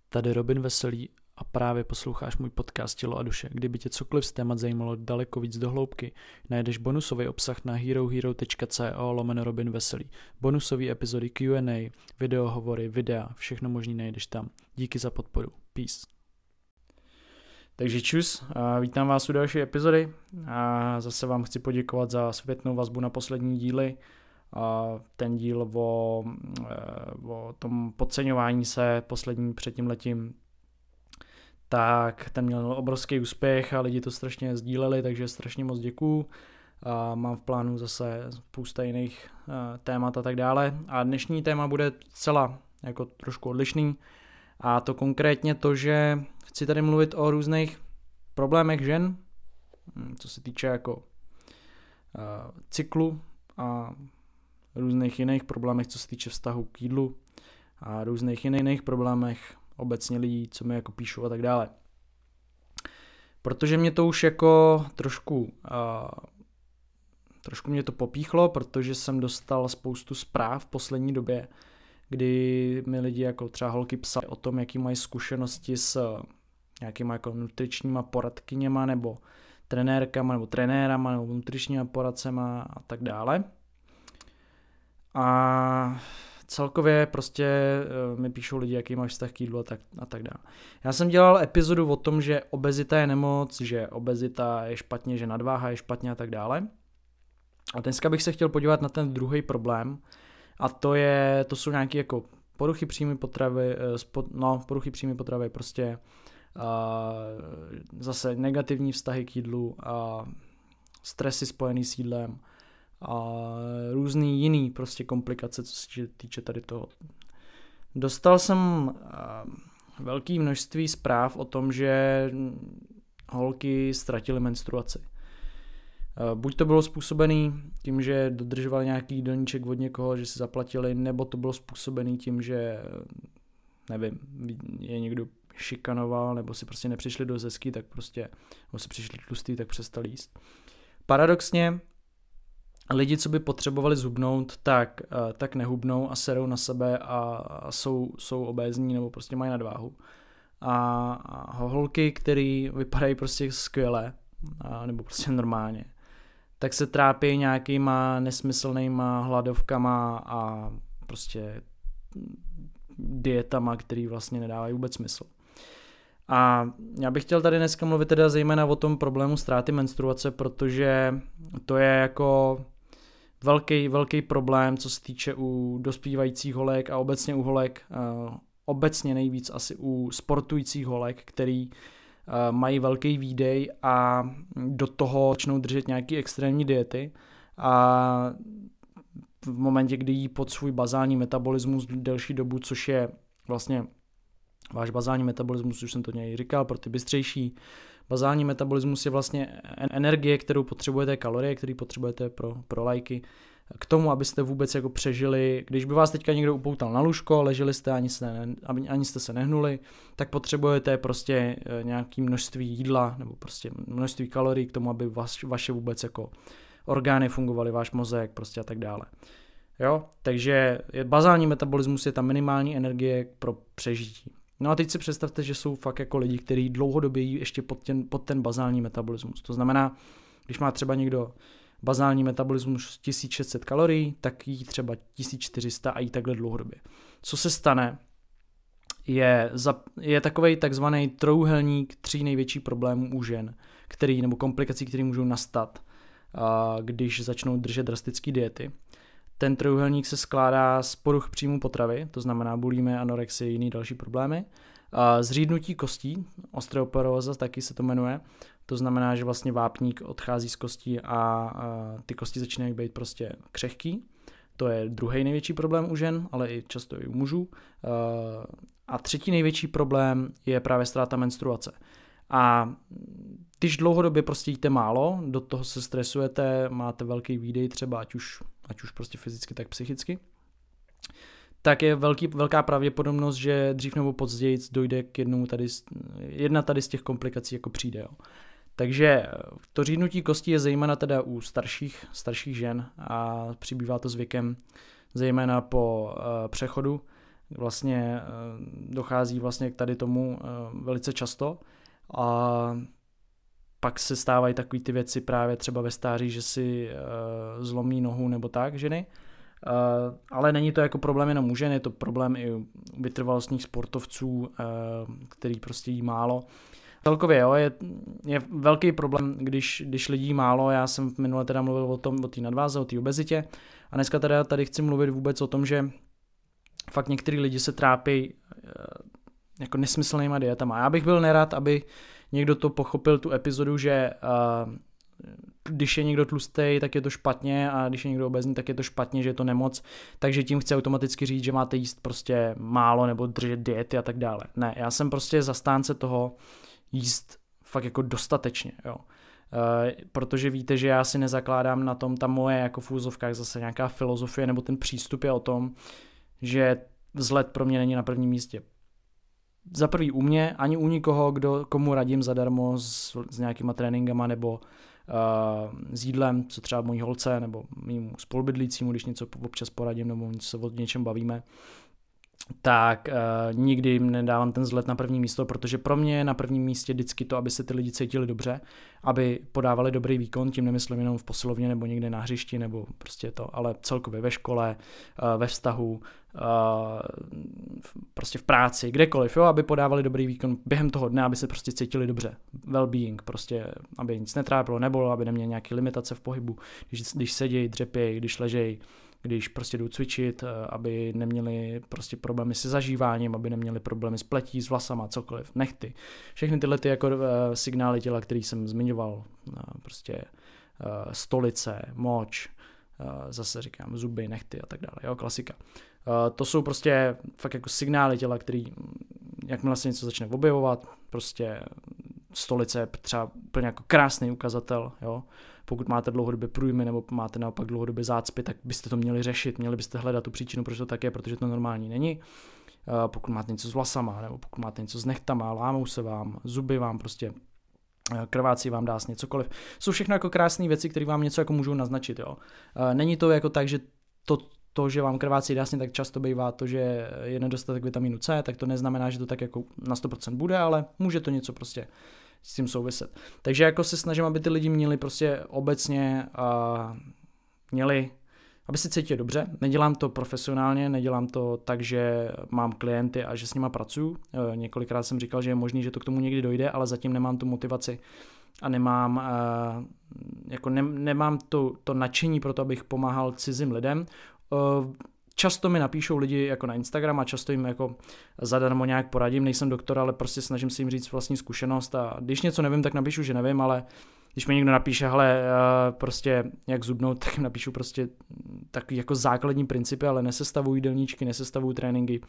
Tady Robin Veselý a právě posloucháš můj podcast Tělo a duše. Kdyby tě cokoliv z témat zajímalo daleko víc do hloubky, najdeš bonusový obsah na herohero.co/Robin Veselý. Bonusové epizody Q&A, videohovory, videa, všechno možný najdeš tam. Díky za podporu. Peace. Takže čus, vítám vás u další epizody a zase vám chci poděkovat za zpětnou vazbu na poslední díly. Ten díl o tom podceňování se posledním před tím letím, tak ten měl obrovský úspěch a lidi to strašně sdíleli, takže strašně moc děkuju. Mám v plánu zase spousta jiných témat a tak dále. A dnešní téma bude celá jako trošku odlišný. A to konkrétně to, že chci tady mluvit o různých problémech žen, co se týče jako cyklu a různých jiných problémech, co se týče vztahu k jídlu a různých jiných problémech obecně lidí, co mi jako píšou a tak dále. Protože mě to už jako trošku mě to popíchlo, protože jsem dostal spoustu zpráv v poslední době, kdy mi lidi jako třeba holky psali o tom, jaký mají zkušenosti s nějakýma jako nutričníma poradkyněma nebo trenérkama nebo trenérama nebo nutričníma poradcema a tak dále. A celkově prostě mi píšou lidi, jaký máš vztah k jídlu a tak dále. Já jsem dělal epizodu o tom, že obezita je nemoc, že obezita je špatně, že nadváha je špatně a tak dále. A dneska bych se chtěl podívat na ten druhý problém, a to jsou nějaké jako poruchy příjmy potravy, prostě zase negativní vztahy k jídlu a stresy spojený s jídlem a různý jiný prostě komplikace, co se týče tady toho. Dostal jsem velké množství zpráv o tom, že holky ztratily menstruaci. Buď to bylo způsobené tím, že dodržovali nějaký jídelníček od někoho, že si zaplatili, nebo to bylo způsobené tím, že nevím, je někdo šikanoval, nebo si prostě nepřišli do zesky, tak prostě, nebo si přišli tlustý, tak přestali jíst. Paradoxně, lidi, co by potřebovali zhubnout, tak nehubnou a serou na sebe a jsou obézní nebo prostě mají nadváhu. A holky, který vypadají prostě skvěle, nebo prostě normálně, tak se trápí nějakýma nesmyslnýma hladovkama a prostě dietama, který vlastně nedávají vůbec smysl. A já bych chtěl tady dneska mluvit teda zejména o tom problému ztráty menstruace, protože to je jako velký problém, co se týče u dospívajících holek a obecně u holek, obecně nejvíc asi u sportujících holek, který mají velký výdej a do toho začnou držet nějaký extrémní diety a v momentě, kdy jí pod svůj bazální metabolismus delší dobu, což je vlastně váš bazální metabolismus, už jsem to nějak říkal, pro ty bystřejší. Bazální metabolismus je vlastně energie, kterou potřebujete, kalorie, které potřebujete pro lajky, k tomu, abyste vůbec jako přežili. Když by vás teďka někdo upoutal na lůžko, leželi jste, ani jste se nehnuli, tak potřebujete prostě nějaké množství jídla nebo prostě množství kalorií k tomu, aby vaše vůbec jako orgány fungovaly, váš mozek prostě a tak dále. Jo, takže bazální metabolismus je ta minimální energie pro přežití. No a teď si představte, že jsou fakt jako lidi, kteří dlouhodobě jí ještě pod ten bazální metabolismus. To znamená, když má třeba někdo bazální metabolismus 1600 kalorií, tak jí třeba 1400 a jí takhle dlouhodobě. Co se stane, je takovej takzvaný trojúhelník 3 největších problémů u žen, nebo komplikací, které můžou nastat, když začnou držet drastické diety. Ten trojúhelník se skládá z poruch příjmu potravy, to znamená bulimie, anorexie, jiný další problémy, zřídnutí kostí, osteoporóza taky se to jmenuje, to znamená, že vlastně vápník odchází z kostí a ty kosti začínají být prostě křehký. To je druhý největší problém u žen, ale i často i u mužů. A třetí největší problém je právě ztráta menstruace. A když dlouhodobě prostě jíte málo, do toho se stresujete, máte velký výdej třeba, ať už prostě fyzicky, tak psychicky, tak je velká pravděpodobnost, že dřív nebo později dojde k jedna tady z těch komplikací jako přijde. Jo. Takže to řídnutí kostí je zejména teda u starších žen a přibývá to s věkem, zejména po přechodu, vlastně dochází vlastně k tady tomu velice často a pak se stávají takový ty věci právě třeba ve stáří, že si zlomí nohu nebo tak ženy. Ale není to jako problém jenom u žen, je to problém i u vytrvalostních sportovců, který prostě jí málo. Celkově jo, je velký problém, když lidí jí málo. Já jsem minule teda mluvil o té nadváze, o té obezitě a dneska teda tady chci mluvit vůbec o tom, že fakt některý lidi se trápí jako nesmyslnýma dietama. Já bych byl nerad, aby někdo to pochopil, tu epizodu, že když je někdo tlustý, tak je to špatně a když je někdo obezní, tak je to špatně, že je to nemoc, takže tím chci automaticky říct, že máte jíst prostě málo nebo držet diety a tak dále. Ne, já jsem prostě zastánce toho jíst fakt jako dostatečně, jo. Protože víte, že já si nezakládám na tom, ta moje jako v úzovkách zase nějaká filozofie nebo ten přístup je o tom, že vzhled pro mě není na prvním místě. Za prvý u mě, ani u nikoho, komu radím zadarmo s nějakýma tréninkama nebo s jídlem, co třeba mojí holce nebo mýmu spolubydlícímu, když něco občas poradím nebo se o něčem bavíme, tak nikdy jim nedávám ten vzhled na první místo, protože pro mě je na prvním místě vždycky to, aby se ty lidi cítili dobře, aby podávali dobrý výkon, tím nemyslím jenom v posilovně nebo někde na hřišti nebo prostě to, ale celkově ve škole, ve vztahu, prostě v práci, kdekoliv, jo, aby podávali dobrý výkon během toho dne, aby se prostě cítili dobře. Well-being, prostě, aby nic netrápilo, nebylo, aby neměli nějaké limitace v pohybu, když sedějí, dřepějí, když ležejí, když prostě jdou cvičit, aby neměli prostě problémy se zažíváním, aby neměli problémy s pletí, s vlasama, cokoliv, nehty. Všechny tyhle ty jako signály těla, který jsem zmiňoval, prostě stolice, moč, zase říkám zuby, nehty a tak dále, jo, klasika. To jsou prostě fakt jako signály těla, který jakmile se něco začne objevovat, prostě stolice je třeba úplně jako krásný ukazatel, jo. Pokud máte dlouhodobě průjmy nebo máte naopak dlouhodobě zácpy, tak byste to měli řešit, měli byste hledat tu příčinu, proč to tak je, protože to normální není. Pokud máte něco s vlasama, nebo pokud máte něco s nechtama, lámou se vám, zuby vám prostě krvácí vám dásně, cokoliv. Jsou všechno jako krásné věci, které vám něco jako můžou naznačit, jo. Není to jako tak, že to, že vám krvácí dásně, tak často bývá to, že je nedostatek vitamínu C, tak to neznamená, že to tak jako na 100% bude, ale může to něco prostě s tím souviset. Takže jako se snažím, aby ty lidi měli prostě obecně aby se cítili dobře. Nedělám to profesionálně, nedělám to tak, že mám klienty a že s nima pracuju. Několikrát jsem říkal, že je možný, že to k tomu někdy dojde, ale zatím nemám tu motivaci a nemám to nadšení pro to, abych pomáhal cizím lidem. Často mi napíšou lidi jako na Instagram a často jim jako zadarmo nějak poradím, nejsem doktor, ale prostě snažím se jim říct vlastní zkušenost a když něco nevím, tak napíšu, že nevím, ale když mi někdo napíše, hele, prostě jak zubnout, tak jim napíšu prostě takový jako základní principy, ale nesestavuju jídelníčky, nesestavuju tréninky.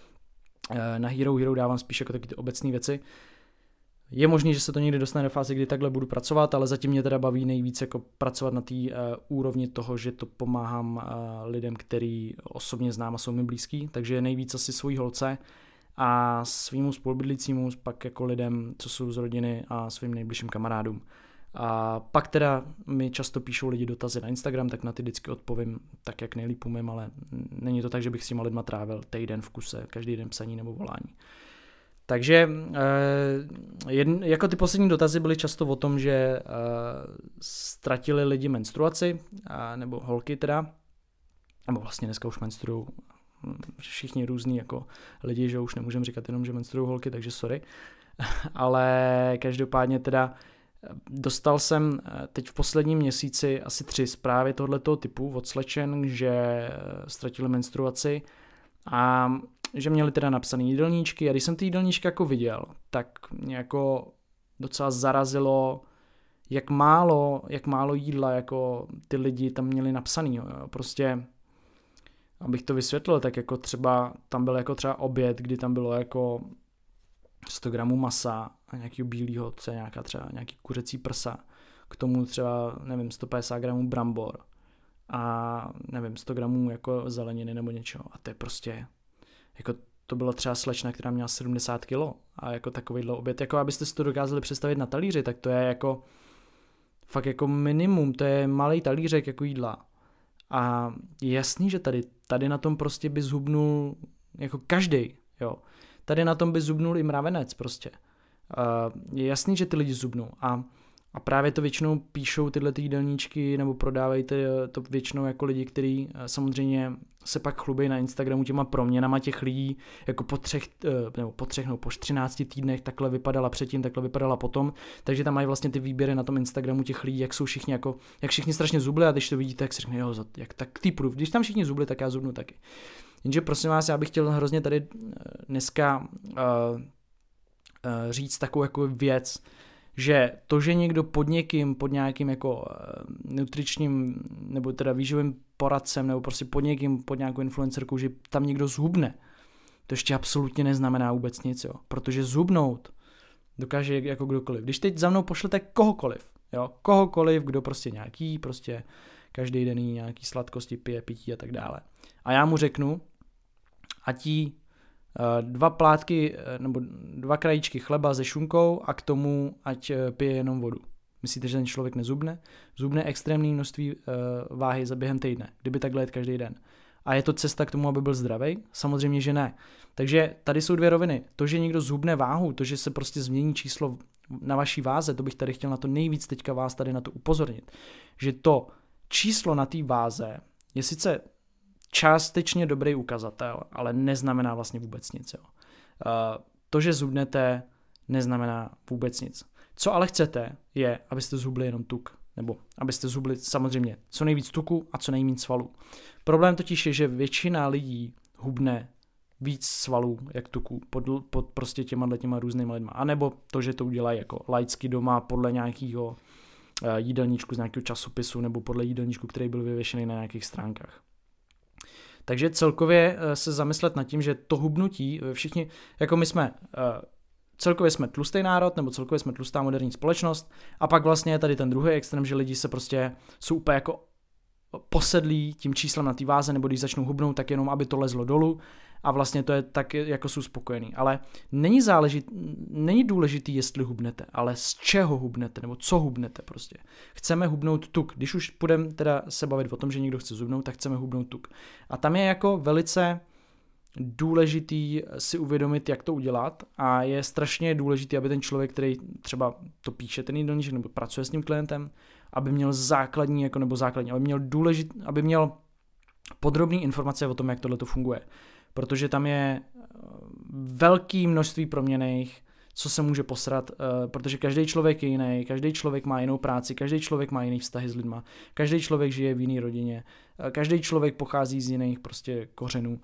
Na Hero dávám spíš jako taky ty obecné věci. Je možný, že se to někdy dostane do fáze, kdy takhle budu pracovat, ale zatím mě teda baví nejvíc jako pracovat na té úrovni toho, že to pomáhám lidem, který osobně znám a jsou mi blízký, takže nejvíc asi svojí holce a svýmu spolubydlícímu, pak jako lidem, co jsou z rodiny a svým nejbližším kamarádům. A pak teda mi často píšou lidi dotazy na Instagram, tak na ty vždycky odpovím tak, jak nejlíp umím, ale není to tak, že bych s těma lidma trávil týden v kuse, každý den psaní nebo volání. Takže jako ty poslední dotazy byly často o tom, že ztratili lidi menstruaci, nebo holky teda, nebo vlastně dneska už menstruují všichni různý jako lidi, že už nemůžeme říkat jenom, že menstruují holky, takže sorry. Ale každopádně teda dostal jsem teď v posledním měsíci asi 3 zprávy tohoto typu od slečen, že ztratili menstruaci a že měli teda napsané jídelníčky a když jsem ty jídelníčky jako viděl, tak mě jako docela zarazilo, jak málo jídla jako ty lidi tam měli napsaný. Jo. Prostě, abych to vysvětlil, tak jako třeba tam byl jako třeba oběd, kdy tam bylo jako 100 gramů masa a nějakého bílého, co je nějaký kuřecí prsa, k tomu třeba, nevím, 150 gramů brambor a nevím, 100 gramů jako zeleniny nebo něčeho a to je prostě jako to byla třeba slečna, která měla 70 kg a jako takovýhle oběd, jako abyste si to dokázali představit na talíři, tak to je jako fakt jako minimum, to je malej talířek jako jídla. A je jasný, že tady na tom prostě by zhubnul jako každej, jo. Tady na tom by zubnul i mravenec prostě. Je jasný, že ty lidi zubnou a právě to většinou píšou tyhle jídelníčky nebo prodávají to většinou jako lidi, kteří samozřejmě se pak chlubí na Instagramu těma proměnama těch lidí, jako po 13 týdnech takhle vypadala předtím, takhle vypadala potom, takže tam mají vlastně ty výběry na tom Instagramu těch lidí, jak jsou všichni jak všichni strašně zubli a když to vidíte, jak si řekne, jo, jak tak týpru, když tam všichni zubli, tak já zubnu taky. Jenže prosím vás, já bych chtěl hrozně tady dneska říct takovou jako věc, že to, že někdo pod nějakým jako nutričním nebo teda výživovým poradcem nebo prostě pod nějakou influencerkou, že tam někdo zhubne, to ještě absolutně neznamená vůbec nic, jo. Protože zhubnout dokáže jako kdokoliv. Když teď za mnou pošlete kohokoliv, kdo prostě prostě každý den nějaký sladkosti pije, pití a tak dále. A já mu řeknu, ať jí 2 plátky nebo 2 krajíčky chleba se šunkou a k tomu ať pije jenom vodu. Myslíte, že ten člověk nezubne? Zubne extrémní množství váhy za během týdne, kdyby takhle jet každý den. A je to cesta k tomu, aby byl zdravý? Samozřejmě, že ne. Takže tady jsou 2 roviny. To, že někdo zhubne váhu, to, že se prostě změní číslo na vaší váze, to bych tady chtěl na to nejvíc teďka vás tady na to upozornit. Že to číslo na té váze je sice částečně dobrý ukazatel, ale neznamená vlastně vůbec nic. Jo. To, že zhubnete, neznamená vůbec nic. Co ale chcete, je, abyste zhubli jenom tuk. Nebo abyste zhubli samozřejmě co nejvíc tuku a co nejméně svalů. Problém totiž je, že většina lidí hubne víc svalů, jak tuku, pod prostě těma různýma lidma. A nebo to, že to udělají jako laicky doma podle nějakého jídelníčku z nějakého časopisu nebo podle jídelníčku, který byl vyvěšený na nějakých stránkách. Takže celkově se zamyslet nad tím, že to hubnutí, všichni, jako my jsme, celkově jsme tlustý národ, nebo celkově jsme tlustá moderní společnost, a pak vlastně je tady ten druhý extrém, že lidi se prostě jsou úplně jako posedlí tím číslem na té váze, nebo když začnou hubnout, tak jenom aby to lezlo dolů a vlastně to je tak, jako jsou spokojený. Ale není důležitý, jestli hubnete, ale z čeho hubnete, nebo co hubnete prostě. Chceme hubnout tuk. Když už půjdeme teda se bavit o tom, že někdo chce zhubnout, tak chceme hubnout tuk. A tam je jako velice důležitý si uvědomit, jak to udělat, a je strašně důležitý, aby ten člověk, který třeba to píše ten jídelníček nebo pracuje s tím klientem, aby měl aby měl podrobné informace o tom, jak tohle to funguje. Protože tam je velké množství proměnných, co se může posrat, protože každý člověk je jiný, každý člověk má jinou práci, každý člověk má jiný vztahy s lidma, každý člověk žije v jiné rodině, každý člověk pochází z jiných prostě kořenů.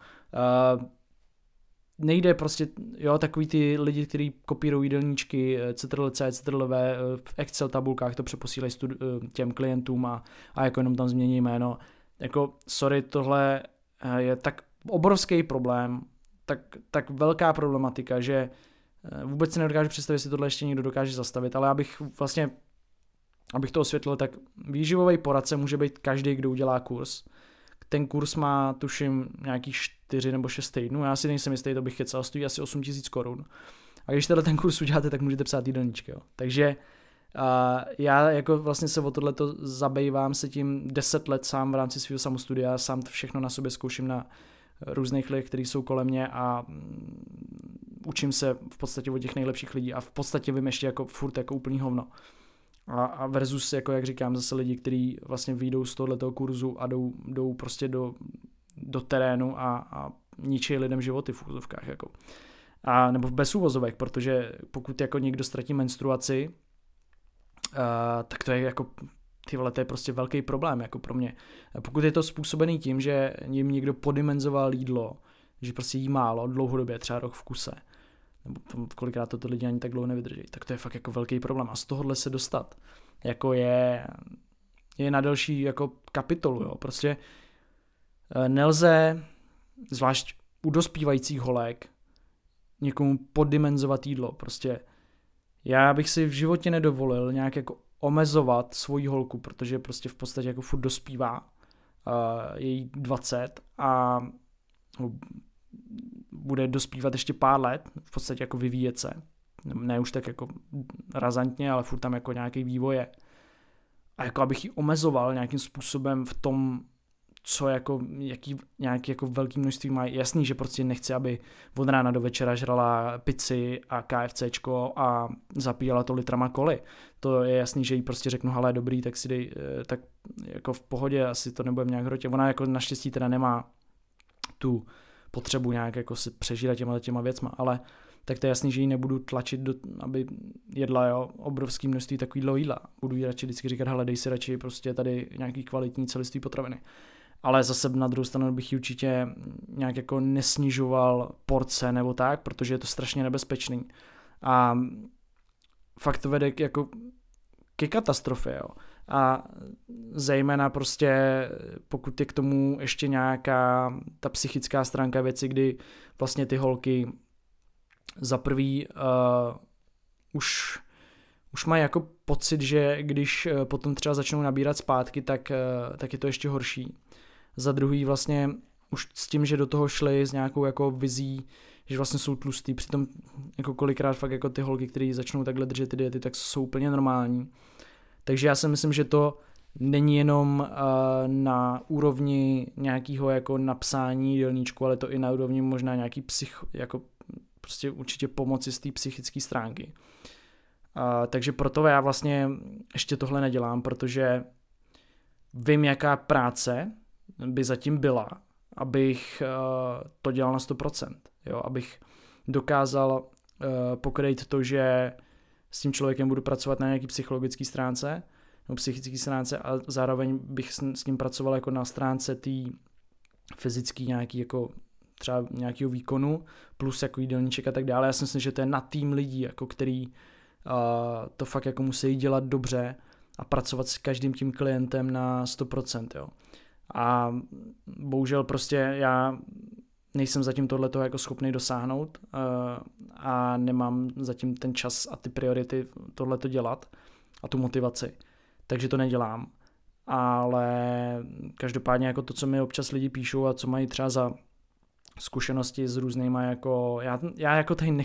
Nejde prostě, jo, takový ty lidi, kteří kopírují jídelníčky, CTRL-C, CTRL-V, v Excel tabulkách to přeposílají těm klientům a jako jenom tam změní jméno. Jako, sorry, tohle je tak obrovský problém, tak velká problematika, že vůbec si nedokážu představit, jestli tohle ještě někdo dokáže zastavit, ale abych to osvětlil, tak výživový poradce může být každý, kdo udělá kurz. Ten kurz má, tuším, nějakých 4 nebo 6 týdnů, já si nejsem jistý, to bych kecal, stojí asi 8 000 korun. A když ten kurz uděláte, tak můžete psát jídelníčky, jo. Takže já jako vlastně se o tohleto zabývám se tím 10 let sám v rámci svého samostudia, sám to všechno na sobě zkouším na různých lidech, kteří jsou kolem mě, a učím se v podstatě od těch nejlepších lidí a v podstatě vím ještě jako furt jako úplný hovno. A versus, jako jak říkám, zase lidi, kteří vlastně vyjdou z tohoto kurzu a jdou prostě do terénu a ničí lidem životy v úvozovkách. Jako. A nebo bez úvozovek, protože pokud jako někdo ztratí menstruaci, tak to je jako, ty vole, to je prostě velký problém jako pro mě. Pokud je to způsobený tím, že jim někdo podimenzoval jídlo, že prostě jí málo dlouhodobě, třeba rok v kuse, nebo kolikrát to lidi ani tak dlouho nevydrží, tak to je fakt jako velký problém. A z tohohle se dostat jako je na další jako kapitolu. Jo. Prostě nelze, zvlášť u dospívajících holek, někomu poddimenzovat jídlo. Prostě já bych si v životě nedovolil nějak jako omezovat svoji holku, protože prostě v podstatě jako furt dospívá, je jí 20 a bude dospívat ještě pár let, v podstatě jako vyvíjet se. Ne už tak jako razantně, ale furt tam jako nějaký vývoj je. A jako abych ji omezoval nějakým způsobem v tom, co jako, nějaký jako velký množství mají. Jasný, že prostě nechci, aby od rána do večera žrala pizzy a KFCčko a zapíjela to litrama koly. To je jasný, že jí prostě řeknu, hele, dobrý, tak si dej, tak jako v pohodě, asi to nebudem nějak hrotit. Ona jako naštěstí teda nemá tu potřebu nějak jako si přežírat těma věcma, ale tak to je jasný, že ji nebudu tlačit, aby jedla obrovský množství takovýhle jídla. Budu jí radši vždycky říkat, hele, dej si radši prostě tady nějaký kvalitní celistvý potraviny. Ale zase na druhou stranu bych ji určitě nějak jako nesnižoval porce nebo tak, protože je to strašně nebezpečný. A fakt to vede jako ke katastrofě, jo. A zejména prostě, pokud je k tomu ještě nějaká ta psychická stránka věci, kdy vlastně ty holky za prvý už mají jako pocit, že když potom třeba začnou nabírat zpátky, tak je to ještě horší. Za druhý vlastně už s tím, že do toho šli s nějakou jako vizí, že vlastně jsou tlustý, přitom jako kolikrát fakt jako ty holky, které začnou takhle držet ty diety, tak jsou úplně normální. Takže já si myslím, že to není jenom na úrovni nějakého jako napsání jídelníčku, ale to i na úrovni možná nějaký jako prostě určitě pomoci z té psychické stránky. Takže proto já vlastně ještě tohle nedělám, protože vím, jaká práce by zatím byla, abych to dělal na 100%. Jo? Abych dokázal pokrýt to, že s tím člověkem budu pracovat na nějaký psychologické stránce nebo psychické stránce a zároveň bych s ním pracoval jako na stránce té fyzické nějaký jako třeba nějakého výkonu plus jako jídelníček a tak dále. Já si myslím, že to je na tým lidí, jako který to fakt jako musí dělat dobře a pracovat s každým tím klientem na 100%. Jo. A bohužel prostě já nejsem zatím tohleto jako schopný dosáhnout a nemám zatím ten čas a ty priority tohleto dělat a tu motivaci. Takže to nedělám. Ale každopádně jako to, co mi občas lidi píšou a co mají třeba za zkušenosti s různýma jako, já jako tady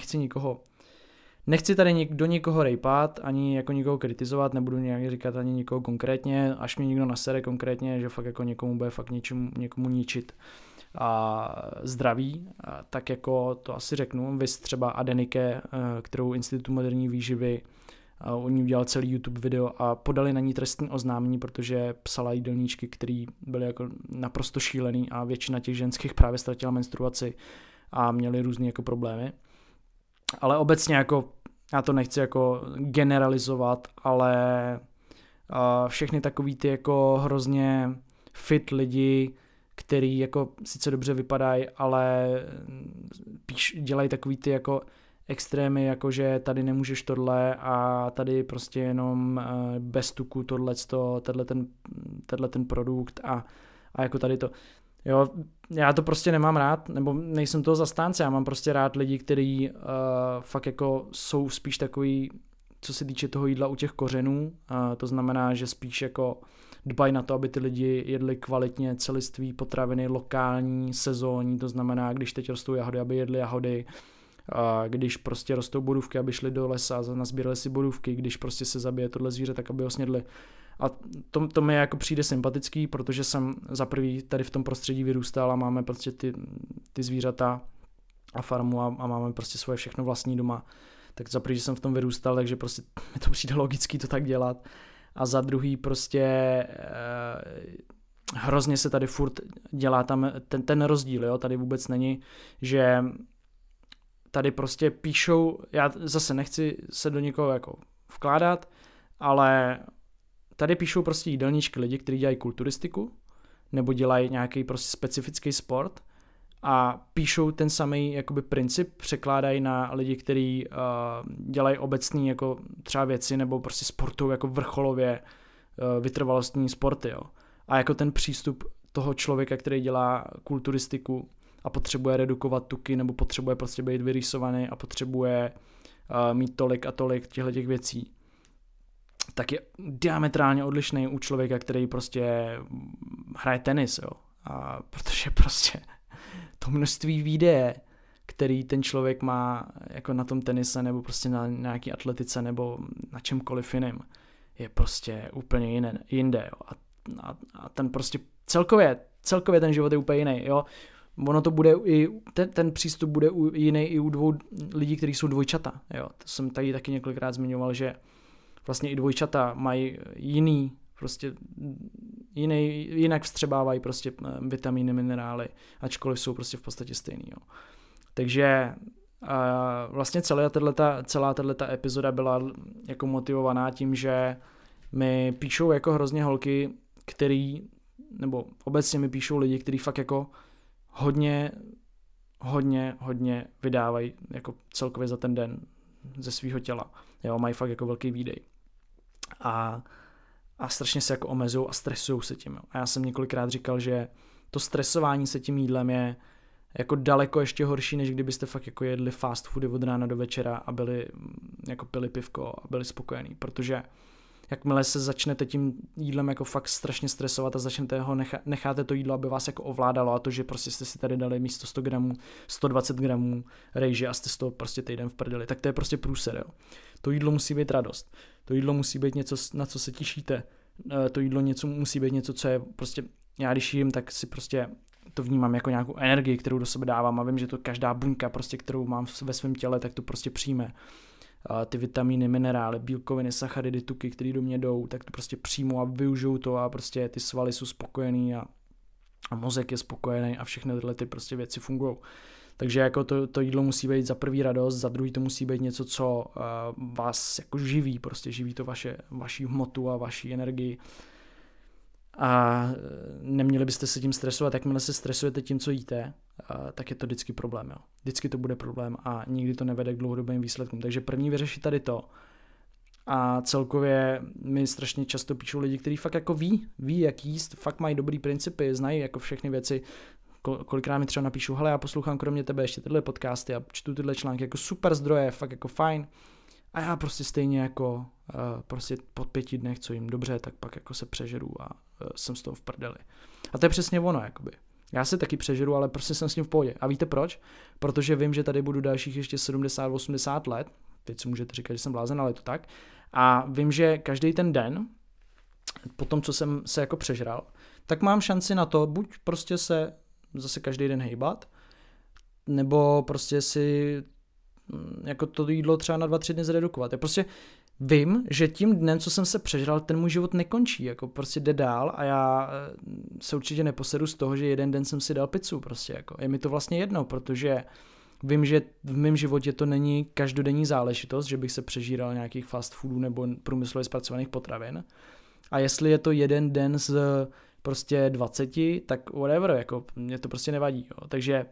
nechci tady do nikoho rejpat, ani jako nikoho kritizovat, nebudu nějak říkat ani nikoho konkrétně, až mě někdo nasere konkrétně, že fakt jako někomu bude fakt někomu ničit a zdraví, tak jako to asi řeknu. Vys třeba Adenike, kterou Institut moderní výživy, oni udělal celý YouTube video a podali na ní trestní oznámení, protože psala jídelníčky, které byly jako naprosto šílený a většina těch ženských právě ztratila menstruaci a měly různé jako problémy. Ale obecně jako, já to nechci jako generalizovat, ale všechny takový ty jako hrozně fit lidi, který jako sice dobře vypadají, ale dělají takový ty jako extrémy, jako že tady nemůžeš tohle a tady prostě jenom bez tuku tenhle ten produkt a jako tady to. Jo, já to prostě nemám rád, nebo nejsem toho zastánce, já mám prostě rád lidi, kteří fakt jako jsou spíš takový, co se týče toho jídla u těch kořenů, to znamená, že spíš jako dbají na to, aby ty lidi jedli kvalitně celiství potraviny, lokální, sezónní, to znamená, když teď rostou jahody, aby jedli jahody, když prostě rostou borůvky, aby šli do lesa a nazbírali si borůvky, když prostě se zabije tohle zvíře, tak aby ho snědli. A to mi jako přijde sympatický, protože jsem za prvý tady v tom prostředí vyrůstal a máme prostě ty zvířata a farmu a máme prostě svoje všechno vlastní doma. Tak za prvý, že jsem v tom vyrůstal, takže prostě mi to přijde logický to tak dělat. A za druhý prostě hrozně se tady furt dělá tam ten rozdíl, jo? Tady vůbec není, že tady prostě píšou, já zase nechci se do někoho jako vkládat, ale tady píšou prostě jídelníčky lidi, kteří dělají kulturistiku nebo dělají nějaký prostě specifický sport a píšou ten samý jakoby princip, překládají na lidi, kteří dělají obecný jako třeba věci nebo prostě sportují jako vrcholově vytrvalostní sporty. Jo. A jako ten přístup toho člověka, který dělá kulturistiku a potřebuje redukovat tuky nebo potřebuje prostě být vyrýsovaný a potřebuje mít tolik a tolik těch věcí, tak je diametrálně odlišný u člověka, který prostě hraje tenis, jo. A protože prostě to množství výdeje, který ten člověk má jako na tom tenise nebo prostě na nějaký atletice nebo na čemkoliv jiném, je prostě úplně jinde, jo. A ten prostě celkově celkově ten život je úplně jiný, jo. Ono to bude i, ten přístup bude jiný i u dvou lidí, kteří jsou dvojčata, jo. To jsem tady taky několikrát zmiňoval, že vlastně i dvojčata mají jiný, prostě jinak vstřebávají prostě vitamíny, minerály, ačkoliv jsou prostě v podstatě stejný, jo. Takže vlastně celá tato epizoda byla jako motivovaná tím, že mi píšou jako hrozně holky, nebo obecně mi píšou lidi, kteří fakt jako hodně vydávají jako celkově za ten den ze svého těla. Jo, mají fakt jako velký výdej. A strašně se jako omezují a stresují se tím. Jo. A já jsem několikrát říkal, že to stresování se tím jídlem je jako daleko ještě horší, než kdybyste fakt jako jedli fast foody od rána do večera a pili pivko a byli spokojení, protože jakmile se začnete tím jídlem jako fakt strašně stresovat a necháte to jídlo, aby vás jako ovládalo, a to, že prostě jste si tady dali místo 100 gramů 120 gramů rejže a jste z toho prostě týden v prdeli, tak to je prostě průser, jo. To jídlo musí být radost, to jídlo musí být něco, na co se těšíte, to jídlo musí být něco, co je prostě, já když jím, tak si prostě to vnímám jako nějakou energii, kterou do sebe dávám a vím, že to každá buňka, prostě, kterou mám ve svém těle, tak to prostě přijme. Ty vitamíny, minerály, bílkoviny, sacharidy, tuky, které do mě jdou, tak to prostě přijmu a využiju to a prostě ty svaly jsou spokojený a mozek je spokojený a všechny tyhle ty prostě věci fungují. Takže jako to jídlo musí být za prvý radost, za druhý to musí být něco, co vás jako živí, prostě živí to vaši hmotu a vaši energii. A neměli byste se tím stresovat, jakmile se stresujete tím, co jíte, tak je to vždycky problém. Jo. Vždycky to bude problém a nikdy to nevede k dlouhodobým výsledkům. Takže první vyřešit tady to. A celkově mi strašně často píšou lidi, kteří fakt jako ví, jak jíst, fakt mají dobrý principy, znají jako všechny věci. Kolikrát mi třeba napíšou, hele, já poslouchám kromě tebe ještě tyhle podcasty a čtu tyhle články, jako super zdroje, fakt jako fajn. A já prostě stejně jako prostě po 5 dnech, co jim dobře, tak pak jako se přežeru a jsem z toho v prdeli. A to je přesně ono, jakoby. Já se taky přežeru, ale prostě jsem s tím v pohodě. A víte proč? Protože vím, že tady budu dalších ještě 70-80 let. Teď si můžete říkat, že jsem blázen, ale je to tak. A vím, že každý ten den, po tom, co jsem se jako přežral, tak mám šanci na to, buď prostě se zase každý den hejbat, nebo prostě si jako to jídlo třeba na 2-3 dny zredukovat. Já prostě vím, že tím dnem, co jsem se přežral, ten můj život nekončí, jako prostě jde dál a já se určitě neposedu z toho, že jeden den jsem si dal pizzu, prostě jako. Je mi to vlastně jedno, protože vím, že v mém životě to není každodenní záležitost, že bych se přežíral nějakých fast foodů nebo průmyslově zpracovaných potravin. A jestli je to jeden den z prostě 20, tak whatever, jako mě to prostě nevadí, jo. Takže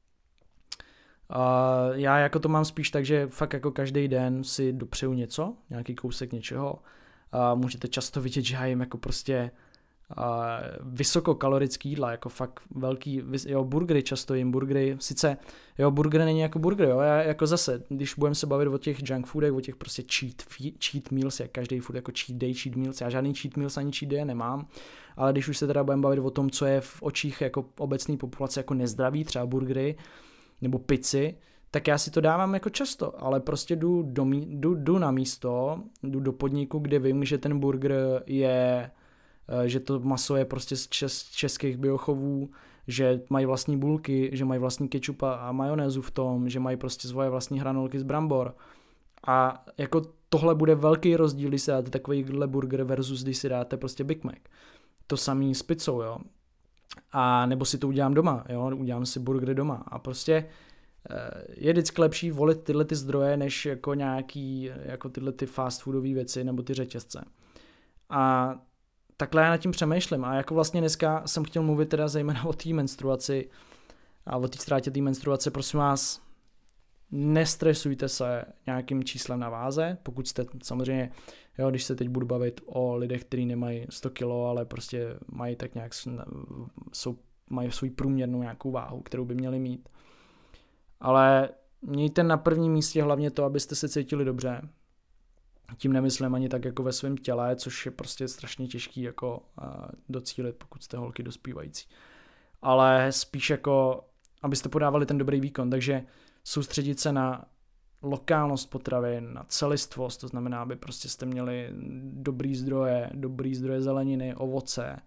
já jako to mám spíš tak, že fakt jako každý den si dopřeju něco, nějaký kousek něčeho. Můžete často vidět, že já jim jako prostě vysokokalorický jídla, jako fakt velký, jo, burgery, často jim burgery, sice, jo, burger není jako burger, jo, já jako zase, když budeme se bavit o těch junk foodech, o těch prostě cheat meals, jak každý food jako cheat day, cheat meals, já žádný cheat meals ani cheat day nemám, ale když už se teda budeme bavit o tom, co je v očích jako obecné populace jako nezdravý, třeba burgery, nebo pici, tak já si to dávám jako často, ale prostě jdu na místo, jdu do podniku, kde vím, že ten burger je, že to maso je prostě z českých biochovů, že mají vlastní bulky, že mají vlastní kečup a majonézu v tom, že mají prostě svoje vlastní hranolky z brambor. A jako tohle bude velký rozdíl, když si dáte takovýhle burger versus když si dáte prostě Big Mac. To samý s pizzou, jo. A nebo si to udělám doma, jo, udělám si burgery doma a prostě je vždycky lepší volit tyhle ty zdroje, než jako nějaký, jako tyhle ty fast foodové věci nebo ty řetězce. A takhle já nad tím přemýšlím a jako vlastně dneska jsem chtěl mluvit teda zejména o té menstruaci a o té ztrátě té menstruace, prosím vás, nestresujte se nějakým číslem na váze, pokud jste samozřejmě, jo, když se teď budu bavit o lidech, kteří nemají 100 kg, ale prostě mají tak nějak, mají svou průměrnou nějakou váhu, kterou by měli mít. Ale mějte na prvním místě hlavně to, abyste se cítili dobře. Tím nemyslím ani tak jako ve svém těle, což je prostě strašně těžký jako docílit, pokud jste holky dospívající. Ale spíš jako, abyste podávali ten dobrý výkon, takže soustředit se na lokálnost potravin, na celistvost, to znamená, aby prostě jste měli dobrý zdroje zeleniny, ovoce,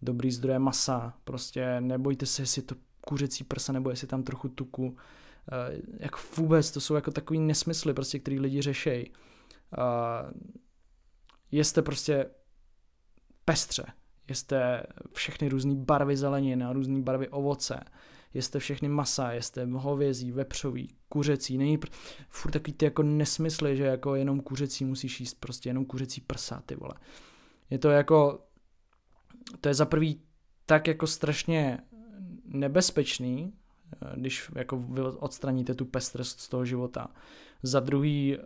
dobrý zdroje masa, prostě nebojte se, jestli to kuřecí prsa nebo jestli tam trochu tuku, jako vůbec, to jsou jako takový nesmysly, prostě, který lidi řešejí. Jeste prostě pestře, jeste všechny různé barvy zelenin a různé barvy ovoce, jeste všechny masa, jeste hovězí, vepřový, kuřecí, není furt takový ty jako nesmysly, že jako jenom kuřecí musíš jíst, prostě jenom kuřecí prsa, ty vole. Je to jako, to je za prvý tak jako strašně nebezpečný, když jako vy odstraníte tu pestrost z toho života. Za druhý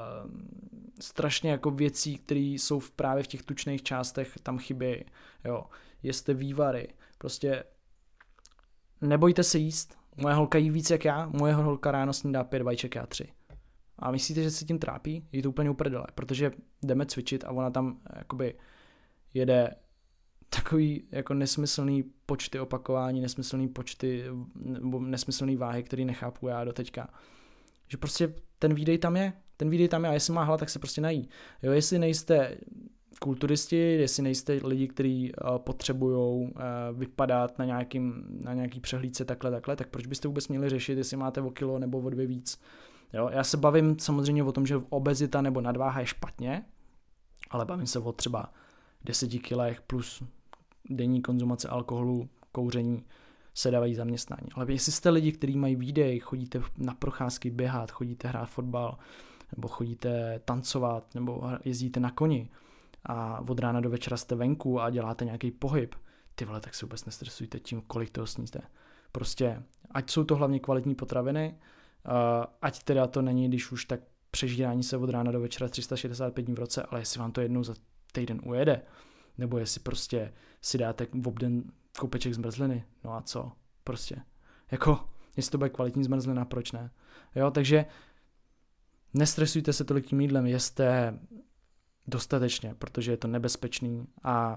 strašně jako věcí, které jsou právě v těch tučných částech, tam chybějí. Jo. Jeste vývary, prostě nebojte se jíst. Moje holka jí víc jak já, moje holka ráno snídá 5 vajíček, já 3. A myslíte, že se tím trápí? Je to úplně uprdele, protože jdeme cvičit a ona tam jakoby jede takový jako nesmyslný počty opakování, nesmyslný počty nebo nesmyslný váhy, který nechápu já do teďka. Že prostě ten výdej tam je a jestli má hlad, tak se prostě nají. Jo, jestli nejste kulturisti, jestli nejste lidi, kteří potřebují vypadat na nějaký přehlídce takhle, tak proč byste vůbec měli řešit, jestli máte o kilo nebo o 2 víc. Jo, já se bavím samozřejmě o tom, že obezita nebo nadváha je špatně, ale bavím se o třeba 10 kilech plus denní konzumace alkoholu, kouření, se dávají zaměstnání. Ale jestli jste lidi, kteří mají výdej, chodíte na procházky běhat, chodíte hrát fotbal, nebo chodíte tancovat, nebo jezdíte na koni a od rána do večera jste venku a děláte nějaký pohyb, ty vole, tak se vůbec nestresujte tím, kolik toho sníte. Prostě, ať jsou to hlavně kvalitní potraviny, ať teda to není, když už tak přežírání se od rána do večera 365 dní v roce, ale jestli vám to jednou za týden ujede, nebo jestli prostě si dáte v obden koupeček zmrzliny, no a co? Prostě. Jako, jestli to bude kvalitní zmrzlina, proč ne? Jo, takže nestresujte se tolik tím jídlem, jeste dostatečně, protože je to nebezpečný a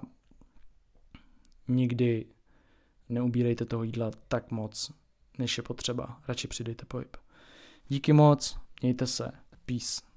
nikdy neubírejte toho jídla tak moc, než je potřeba. Radši přidejte pohyb. Díky moc, mějte se, peace.